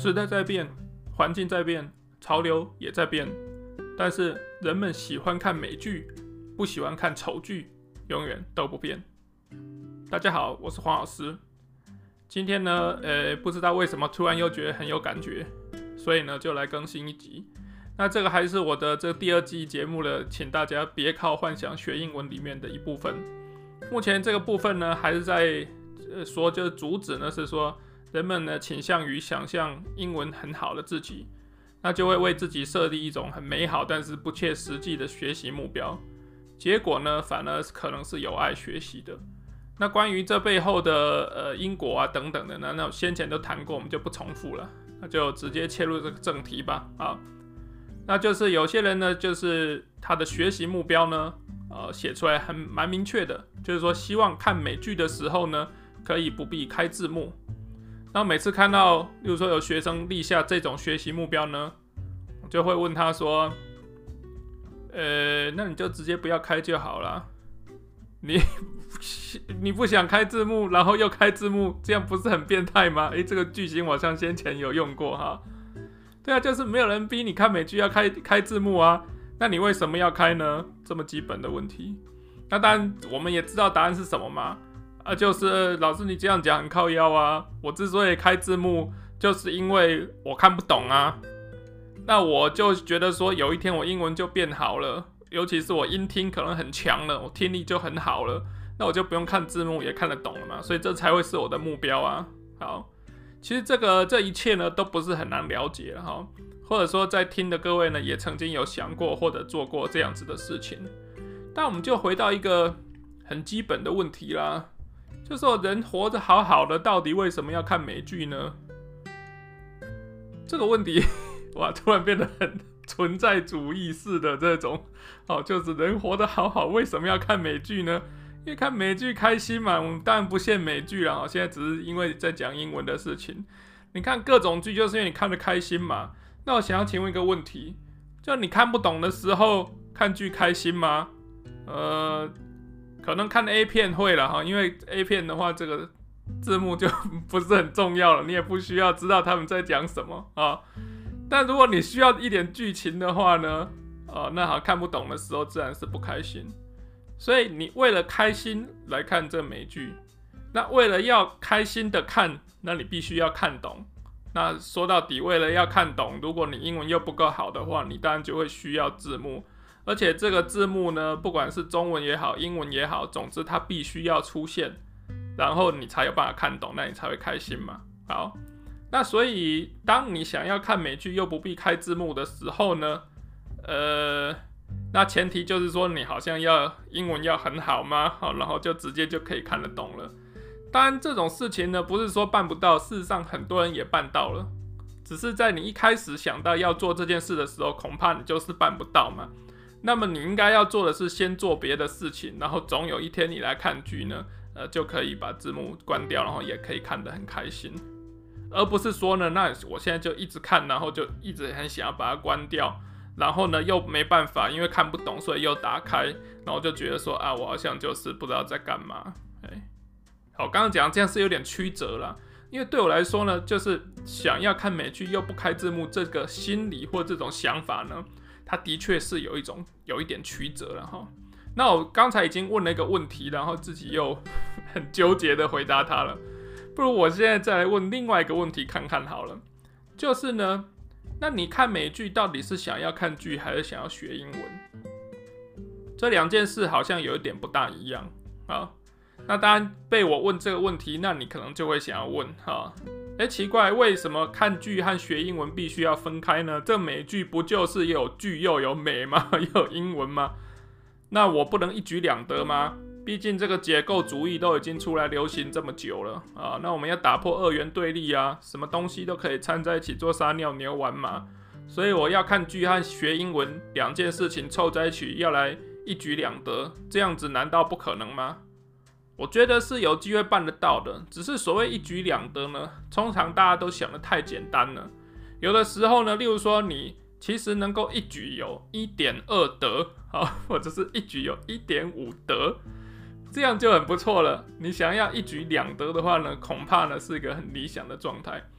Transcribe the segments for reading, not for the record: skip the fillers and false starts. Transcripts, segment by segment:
时代在变，环境在变，潮流也在变，但是人们喜欢看美剧，不喜欢看丑剧，永远都不变。大家好，我是黄老师。今天呢，不知道为什么突然又觉得很有感觉，所以呢就来更新一集。那这个还是我的这第二季节目了，请大家别靠幻想学英文里面的一部分。目前这个部分呢，还是在说，就是主旨呢是说，人们呢倾向于想象英文很好的自己，那就会为自己设立一种很美好但是不切实际的学习目标，结果呢反而可能是有碍学习的。那关于这背后的因果啊等等的呢，那先前都谈过，我们就不重复了，那就直接切入这个正题吧。啊，那就是有些人呢，就是他的学习目标呢，写出来蛮明确的，就是说希望看美剧的时候呢，可以不必开字幕。然后每次看到，例如说有学生立下这种学习目标呢，我就会问他说，那你就直接不要开就好了。你不想开字幕，然后又开字幕，这样不是很变态吗？这个句型我好像先前有用过哈。对啊，就是没有人逼你看美剧要开字幕啊，那你为什么要开呢？这么基本的问题。那当然我们也知道答案是什么嘛，就是老师你这样讲很靠腰啊，我之所以开字幕，就是因为我看不懂啊。那我就觉得说有一天我英文就变好了，尤其是我音听可能很强了，我听力就很好了，那我就不用看字幕也看得懂了嘛，所以这才会是我的目标啊。好。其实这一切呢都不是很难了解哈，或者说在听的各位呢也曾经有想过或者做过这样子的事情。但我们就回到一个很基本的问题啦，就是说人活着好好的，到底为什么要看美剧呢？这个问题哇，突然变得很存在主义式的这种，就是人活得好好，为什么要看美剧呢？因为看美剧开心嘛，我们当然不限美剧啦，现在只是因为在讲英文的事情。你看各种剧，就是因为你看得开心嘛。那我想要请问一个问题，就你看不懂的时候看剧开心吗？可能看 A 片会啦哈，因为 A 片的话，这个字幕就不是很重要了，你也不需要知道他们在讲什么啊。但如果你需要一点剧情的话呢，那好，看不懂的时候自然是不开心。所以你为了开心来看这美剧，那为了要开心的看，那你必须要看懂。那说到底，为了要看懂，如果你英文又不够好的话，你当然就会需要字幕。而且这个字幕呢，不管是中文也好，英文也好，总之它必须要出现，然后你才有办法看懂，那你才会开心嘛。好，那所以当你想要看美剧又不必开字幕的时候呢，那前提就是说你好像要英文要很好吗？然后就直接就可以看得懂了。当然这种事情呢，不是说办不到，事实上很多人也办到了，只是在你一开始想到要做这件事的时候，恐怕你就是办不到嘛。那么你应该要做的是先做别的事情，然后总有一天你来看剧呢，就可以把字幕关掉，然后也可以看得很开心，而不是说呢，那我现在就一直看，然后就一直很想要把它关掉。然后呢，又没办法，因为看不懂，所以又打开，然后就觉得说啊，我好像就是不知道在干嘛。好，刚刚讲这样是有点曲折啦，因为对我来说呢，就是想要看美剧又不开字幕，这个心理或这种想法呢，它的确是有一点曲折了哈。那我刚才已经问了一个问题，然后自己又很纠结的回答它了，不如我现在再来问另外一个问题看看好了，就是呢。那你看美剧到底是想要看剧还是想要学英文？这两件事好像有一点不大一样啊。那当然被我问这个问题，那你可能就会想要问哈，奇怪，为什么看剧和学英文必须要分开呢？这美剧不就是有剧又有美吗？又有英文吗？那我不能一举两得吗？毕竟这个解构主义都已经出来流行这么久了啊，那我们要打破二元对立啊，什么东西都可以掺在一起做撒尿牛丸嘛。所以我要看剧和学英文两件事情凑在一起，要来一举两得，这样子难道不可能吗？我觉得是有机会办得到的，只是所谓一举两得呢，通常大家都想得太简单了。有的时候呢，例如说你其实能够一举有 1.2 得，或者是一举有 1.5 得。这样就很不错了。你想要一举两得的话呢，恐怕呢是一个很理想的状态。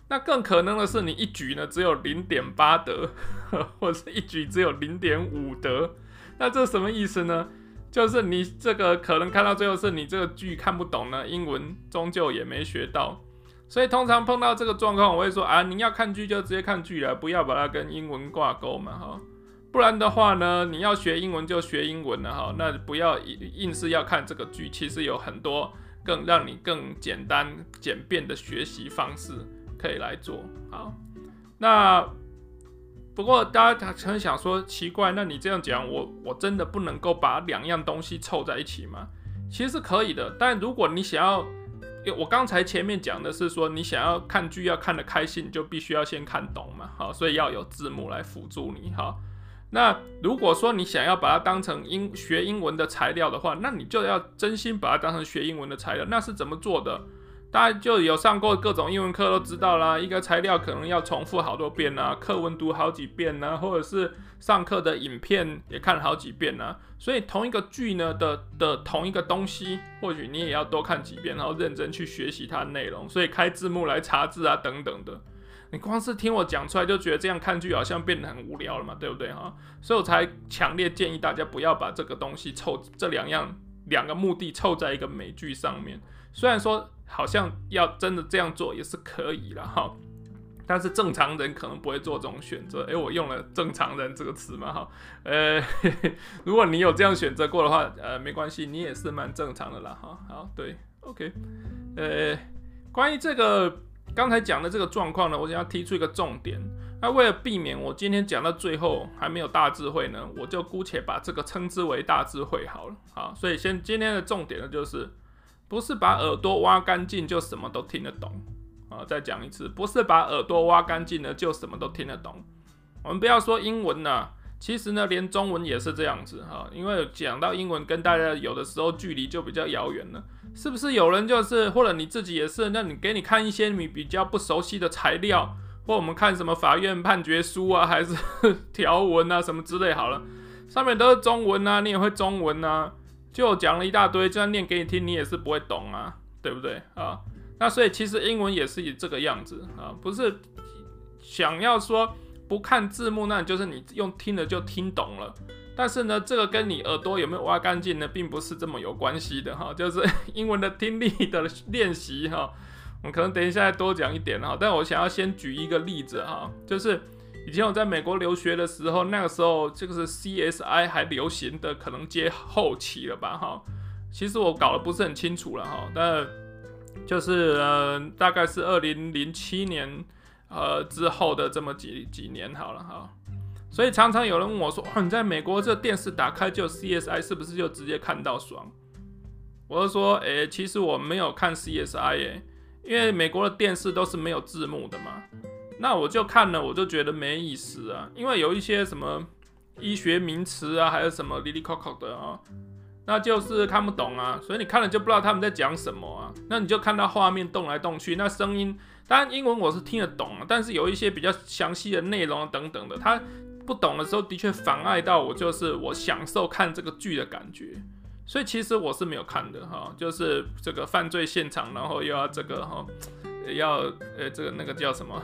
那更可能的是，你一局呢只有0.8得，或者是一局只有0.5得。那这什么意思呢？就是你这个可能看到最后是你这个剧看不懂呢，英文终究也没学到。所以通常碰到这个状况，我会说啊，你要看剧就直接看剧了，不要把它跟英文挂钩嘛，哈。不然的话呢，你要学英文就学英文了哈，那不要硬是要看这个剧，其实有很多让你更简单简便的学习方式可以来做。好，那不过大家可能想说奇怪，那你这样讲，我真的不能够把两样东西凑在一起吗？其实是可以的，但如果你想要，我刚才前面讲的是说，你想要看剧要看得开心，你就必须要先看懂嘛，好，所以要有字幕来辅助你，好。那如果说你想要把它当成学英文的材料的话，那你就要真心把它当成学英文的材料。那是怎么做的？大家就有上过各种英文课都知道啦。一个材料可能要重复好多遍啊，课文读好几遍啊，或者是上课的影片也看好几遍啊。所以同一个剧呢的同一个东西，或许你也要多看几遍，然后认真去学习它的内容。所以开字幕来查字啊，等等的。你光是听我讲出来就觉得这样看剧好像变得很无聊了嘛，对不对哈？所以我才强烈建议大家不要把这个东西这两个目的凑在一个美剧上面。虽然说好像要真的这样做也是可以啦哈，但是正常人可能不会做这种选择。我用了正常人这个词嘛哈，如果你有这样选择过的话，没关系，你也是蛮正常的啦哈。好，对 ，OK， 关于这个。刚才讲的这个状况呢，我想要提出一个重点。那为了避免我今天讲到最后还没有大智慧呢，我就姑且把这个称之为大智慧好了。好，所以今天的重点呢，就是不是把耳朵挖干净就什么都听得懂。再讲一次，不是把耳朵挖干净了就什么都听得懂。我们不要说英文啦，其实呢，连中文也是这样子哈。因为讲到英文，跟大家有的时候距离就比较遥远了。是不是有人就是，或者你自己也是？那给你看一些你比较不熟悉的材料，或我们看什么法院判决书啊，还是条文啊什么之类好了，上面都是中文啊，你也会中文啊，就讲了一大堆，就算念给你听，你也是不会懂啊，对不对啊？那所以其实英文也是这个样子啊，不是想要说不看字幕，那就是你用听了就听懂了。但是呢，这个跟你耳朵有没有挖干净呢，并不是这么有关系的哈。就是英文的听力的练习哈，我们可能等一下再多讲一点哈。但我想要先举一个例子哈，就是以前我在美国留学的时候，那个时候这个是 CSI 还流行的，可能接后期了吧哈。其实我搞得不是很清楚了哈，但就是大概是2007年之后的这么几年好了哈。所以常常有人问我说：“你在美国这电视打开就有 CSI， 是不是就直接看到爽？”我就说：“其实我没有看 CSI， 因为美国的电视都是没有字幕的嘛。那我就看了，我就觉得没意思啊，因为有一些什么医学名词啊，还有什么哩哩扣扣的啊，那就是看不懂啊。所以你看了就不知道他们在讲什么啊。那你就看到画面动来动去，那声音当然英文我是听得懂啊，但是有一些比较详细的内容等等的，它不懂的时候的确妨碍到我，就是我享受看这个剧的感觉，所以其实我是没有看的哈，就是这个犯罪现场，然后又要这个哈，要这个那个叫什么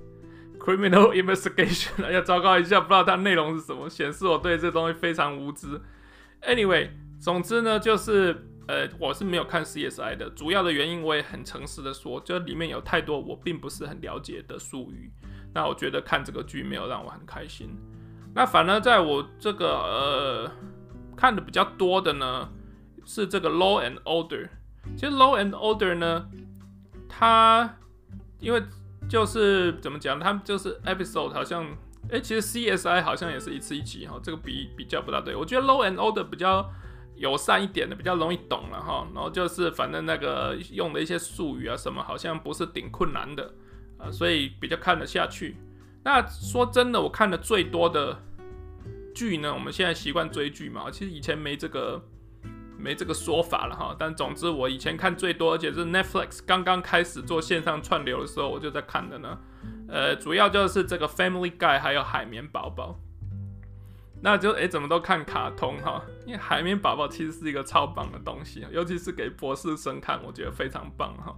criminal investigation， 要糟糕一下，不知道它内容是什么，显示我对这东西非常无知。Anyway， 总之呢，就是我是没有看 CSI 的，主要的原因我也很诚实的说，就里面有太多我并不是很了解的术语。那我觉得看这个剧没有让我很开心。那反而在我这个看的比较多的呢，是这个 Law and Order。其实 Law and Order 呢，它因为就是怎么讲，他们就是 episode 好像，其实 CSI 好像也是一次一集哈，这个比较不大对。我觉得 Law and Order 比较友善一点的，比较容易懂了哈。然后就是反正那个用的一些术语啊什么，好像不是顶困难的。所以比较看得下去。那说真的，我看的最多的剧呢，我们现在习惯追剧嘛，其实以前没这个说法了哈。但总之，我以前看最多，而且是 Netflix 刚刚开始做线上串流的时候，我就在看的呢。主要就是这个 Family Guy 还有海绵宝宝。那就怎么都看卡通哈，因为海绵宝宝其实是一个超棒的东西，尤其是给博士生看，我觉得非常棒哈。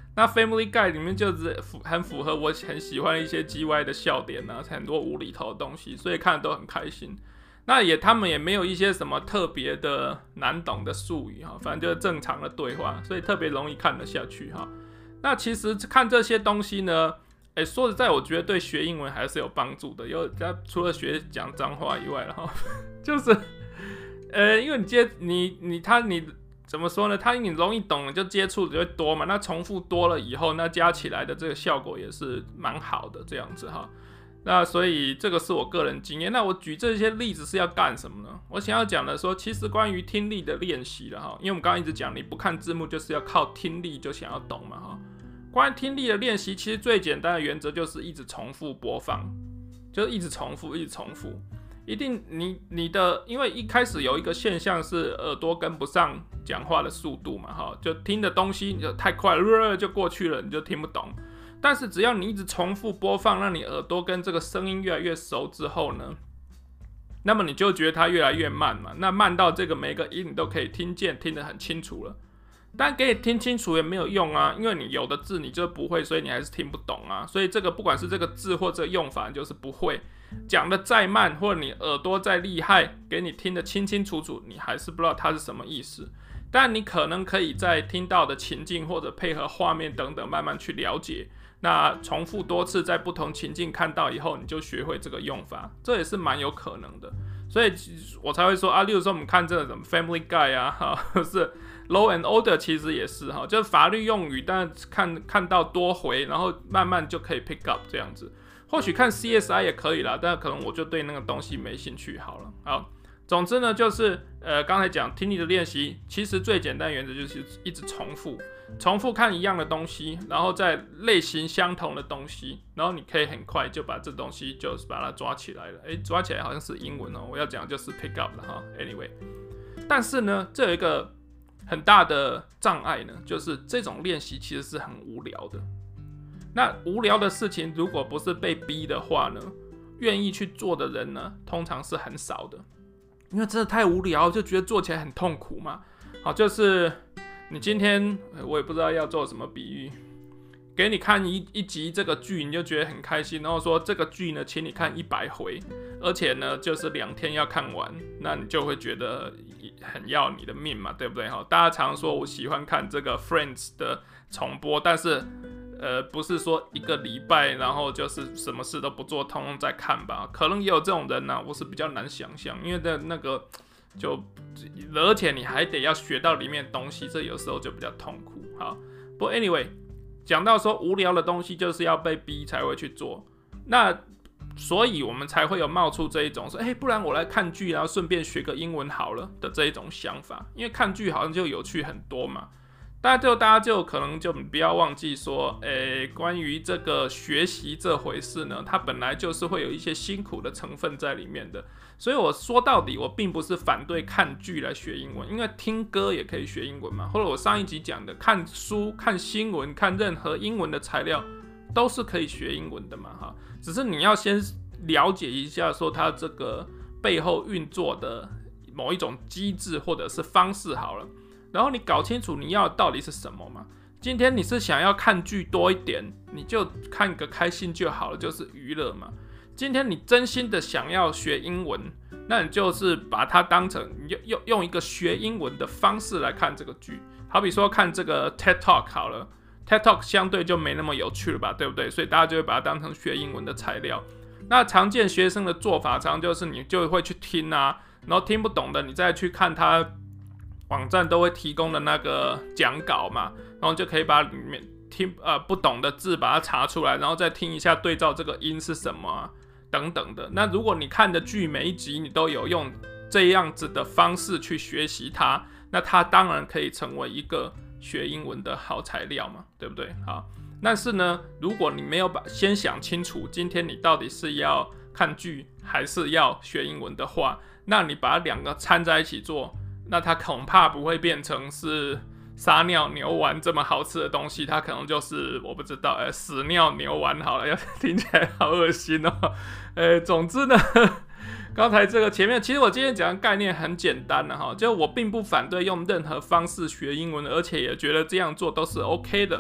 那 Family Guy 里面就是很符合我很喜欢的一些 GY 的笑点啊，很多无厘头的东西，所以看得都很开心。那他们也没有一些什么特别的难懂的术语哈，反正就是正常的对话，所以特别容易看得下去哈。那其实看这些东西呢，说实在，我觉得对学英文还是有帮助的。除了学讲脏话以外了哈，就是因为你怎么说呢？你容易懂，就接触就会多嘛。那重复多了以后，那加起来的这个效果也是蛮好的，这样子哈。那所以这个是我个人经验。那我举这些例子是要干什么呢？我想要讲的说，其实关于听力的练习了哈，因为我们刚刚一直讲，你不看字幕就是要靠听力就想要懂嘛哈。关于听力的练习，其实最简单的原则就是一直重复播放，就是一直重复，一直重复。一定因为一开始有一个现象是耳朵跟不上讲话的速度嘛，哈，就听的东西你就太快了，就过去了，你就听不懂。但是只要你一直重复播放，让你耳朵跟这个声音越来越熟之后呢，那么你就觉得它越来越慢嘛。那慢到这个每个音你都可以听见，听得很清楚了。但给你听清楚也没有用啊，因为你有的字你就不会，所以你还是听不懂啊。所以这个不管是这个字或这个用法，你就是不会。讲的再慢，或者你耳朵再厉害，给你听得清清楚楚，你还是不知道它是什么意思。但你可能可以在听到的情境或者配合画面等等，慢慢去了解。那重复多次，在不同情境看到以后，你就学会这个用法，这也是蛮有可能的。所以我才会说啊，例如说我们看这个什么 Family Guy 啊，或是 Law and Order， 其实也是哈，就是法律用语，但看到多回，然后慢慢就可以 pick up 这样子。或许看 CSI 也可以啦，但可能我就对那个东西没兴趣好了。好，总之呢，就是刚才讲听力的练习，其实最简单原则就是一直重复看一样的东西，然后再类型相同的东西，然后你可以很快就把这东西就是把它抓起来了。抓起来好像是英文哦，我要讲就是 pick up 了哈。Anyway， 但是呢，这有一个很大的障碍呢，就是这种练习其实是很无聊的。那无聊的事情，如果不是被逼的话呢，愿意去做的人呢，通常是很少的，因为真的太无聊，就觉得做起来很痛苦嘛。好，就是你今天我也不知道要做什么比喻，给你看一集这个剧，你就觉得很开心，然后说这个剧呢，请你看100回，而且呢，就是2天要看完，那你就会觉得很要你的命嘛，对不对？大家常说我喜欢看这个 Friends 的重播，但是不是说1个礼拜，然后就是什么事都不做，通通在看吧？可能也有这种人呢，我是比较难想象，因为那个而且你还得要学到里面的东西，这有时候就比较痛苦。好，不过 anyway， 讲到说无聊的东西就是要被逼才会去做，那所以我们才会有冒出这一种说，不然我来看剧，然后顺便学个英文好了的这一种想法，因为看剧好像就有趣很多嘛。大家就可能就不要忘记说，关于这个学习这回事呢，它本来就是会有一些辛苦的成分在里面的。所以我说到底，我并不是反对看剧来学英文，因为听歌也可以学英文嘛。或者我上一集讲的，看书、看新闻、看任何英文的材料，都是可以学英文的嘛，哈。只是你要先了解一下，说它这个背后运作的某一种机制或者是方式好了。然后你搞清楚你要的到底是什么嘛？今天你是想要看剧多一点，你就看个开心就好了，就是娱乐嘛。今天你真心的想要学英文，那你就是把它当成用一个学英文的方式来看这个剧。好比说看这个 TED Talk 好了 ，TED Talk 相对就没那么有趣了吧，对不对？所以大家就会把它当成学英文的材料。那常见学生的做法，常就是你就会去听啊，然后听不懂的你再去看他网站都会提供的那个讲稿嘛，然后就可以把里面不懂的字把它查出来，然后再听一下对照这个音是什么啊等等的。那如果你看的剧每一集你都有用这样子的方式去学习它，那它当然可以成为一个学英文的好材料嘛，对不对？好，但是呢，如果你没有先想清楚今天你到底是要看剧还是要学英文的话，那你把2个掺在一起做，那它恐怕不会变成是撒尿牛丸这么好吃的东西，它可能就是我不知道，屎尿牛丸好了，听起来好恶心哦。总之呢，刚才这个前面，其实我今天讲的概念很简单的哈，就我并不反对用任何方式学英文，而且也觉得这样做都是 OK 的。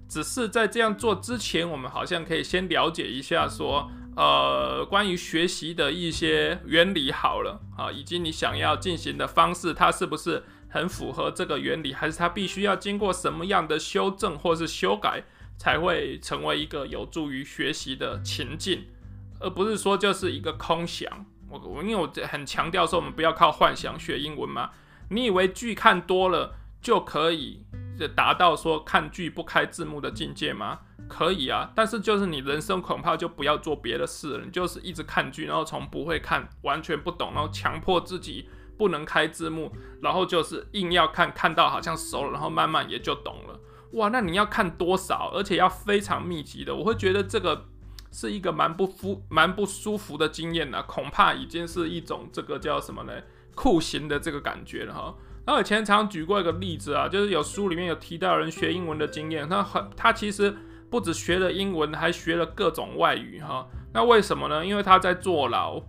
只是在这样做之前，我们好像可以先了解一下说，关于学习的一些原理好了啊，以及你想要进行的方式，它是不是很符合这个原理，还是它必须要经过什么样的修正或是修改，才会成为一个有助于学习的情境，而不是说就是一个空想。因为我很强调说，我们不要靠幻想学英文嘛。你以为剧看多了就可以达到说看剧不开字幕的境界吗？可以啊，但是就是你人生恐怕就不要做别的事了，你就是一直看剧，然后从不会看、完全不懂，然后强迫自己不能开字幕，然后就是硬要看，看到好像熟了，然后慢慢也就懂了。哇，那你要看多少？而且要非常密集的，我会觉得这个是一个蛮不舒服的经验啦，恐怕已经是一种这个叫什么呢？酷刑的这个感觉了哈。然后以前常举过一个例子啊，就是有书里面有提到人学英文的经验，他其实不只学了英文，还学了各种外语哈。那为什么呢？因为他在坐牢，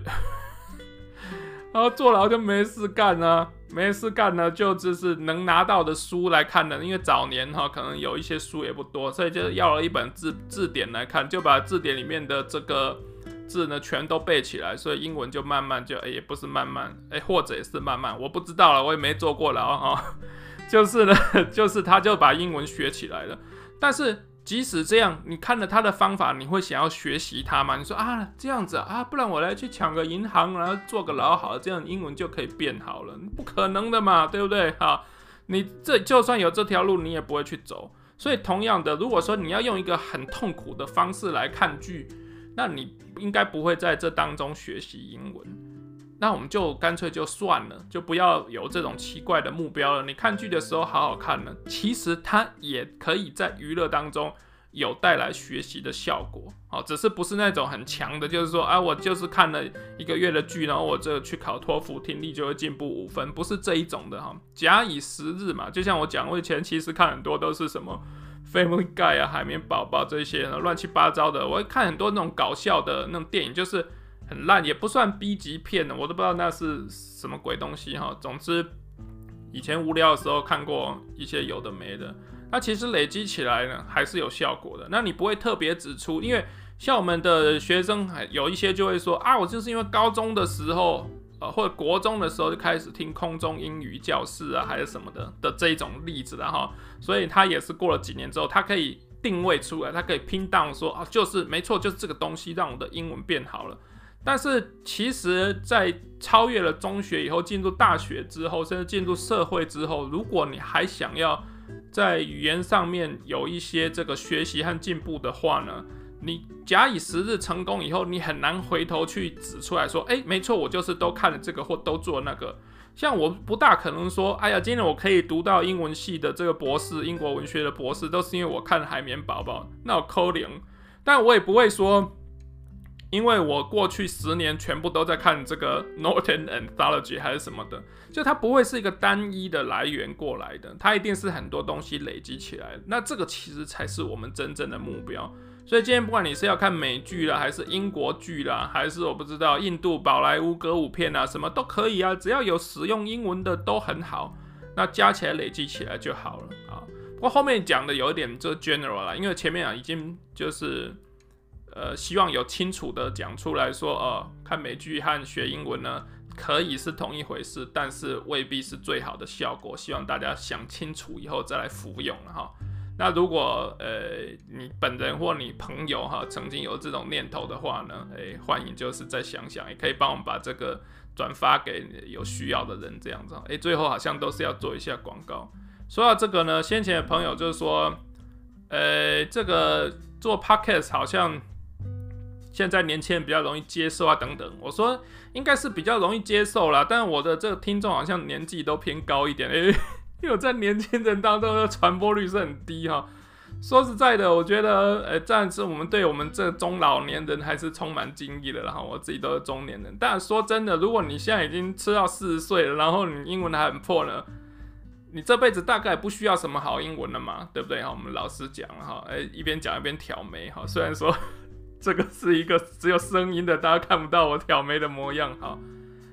然后坐牢就没事干啊，没事干呢，就是能拿到的书来看的。因为早年可能有一些书也不多，所以就要了一本字典来看，就把字典里面的这个字呢全都背起来，所以英文就慢慢就也不是慢慢或者也是慢慢，我不知道了，我也没坐过牢哈。就是呢，就是他就把英文学起来了。但是即使这样，你看了他的方法，你会想要学习他吗？你说啊这样子啊，不然我来去抢个银行，然后坐个牢好了，这样英文就可以变好了？不可能的嘛，对不对？哈，你这就算有这条路，你也不会去走。所以同样的，如果说你要用一个很痛苦的方式来看剧，那你应该不会在这当中学习英文。那我们就干脆就算了，就不要有这种奇怪的目标了。你看剧的时候好好看呢，其实它也可以在娱乐当中有带来学习的效果。好，只是不是那种很强的，就是说啊，我就是看了1个月的剧，然后我这去考托福听力就会进步5分，不是这一种的哈。假以时日嘛，就像我讲，我以前其实看很多都是什么 Family Guy 啊、海绵宝宝这些乱七八糟的，我会看很多那种搞笑的那种电影，就是很烂，也不算 B 级片的，我都不知道那是什么鬼东西哈。总之，以前无聊的时候看过一些有的没的，那其实累积起来呢还是有效果的。那你不会特别指出，因为像我们的学生有一些就会说啊，我就是因为高中的时候或者国中的时候就开始听空中英语教室啊，还是什么的这一种例子啦哈，所以他也是过了几年之后，他可以定位出来，他可以pin down说啊，就是没错，就是这个东西让我的英文变好了。但是其实在超越了中学以后，进入大学之后，甚至进入社会之后，如果你还想要在语言上面有一些这个学习和进步的话呢，你假以时日成功以后，你很难回头去指出来说，没错，我就是都看了这个或都做那个。像我不大可能说，哎呀，今天我可以读到英文系的这个博士，英国文学的博士，都是因为我看海绵宝宝，那我扣零。但我也不会说，因为我过去10年全部都在看这个 Norton Anthology 还是什么的，就它不会是一个单一的来源过来的，它一定是很多东西累积起来的。那这个其实才是我们真正的目标。所以今天不管你是要看美剧啦，还是英国剧啦，还是我不知道印度宝莱坞歌舞片啊，什么都可以啊，只要有使用英文的都很好，那加起来累积起来就好了啊。不过后面讲的有一点就 general 啦，因为前面已经就是希望有清楚的讲出来说，看美剧和学英文呢可以是同一回事，但是未必是最好的效果。希望大家想清楚以后再来服用了哈。那如果你本人或你朋友哈曾经有这种念头的话呢，欢迎就是再想想，也可以帮我们把这个转发给有需要的人这样子。最后好像都是要做一下广告。说到这个呢，先前的朋友就是说，这个做 podcast 好像现在年轻人比较容易接受啊等等。我说应该是比较容易接受啦，但是我的这个听众好像年纪都偏高一点，因为我在年轻人当中的传播率是很低哈。说实在的，我觉得这样子我们对我们这中老年人还是充满敬意的，然后我自己都是中年人。但说真的，如果你现在已经吃到40岁了，然后你英文还很破呢，你这辈子大概不需要什么好英文了嘛，对不对？我们老实讲哈，一边讲一边挑眉哈，虽然说这个是一个只有声音的，大家看不到我挑眉的模样哈。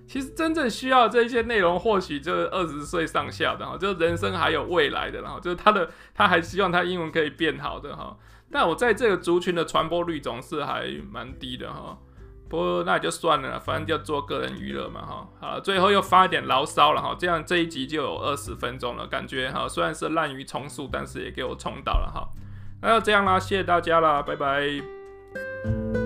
其实真正需要这些内容，或许就是20岁上下的哈，就是人生还有未来的哈，就是他还希望他英文可以变好的哈。但我在这个族群的传播率总是还蛮低的哈。不过那也就算了，反正就做个人娱乐嘛哈。好，最后又发一点牢骚了哈，这样这一集就有20分钟了，感觉哈虽然是滥竽充数，但是也给我冲到了哈。那就这样啦，谢谢大家啦，拜拜。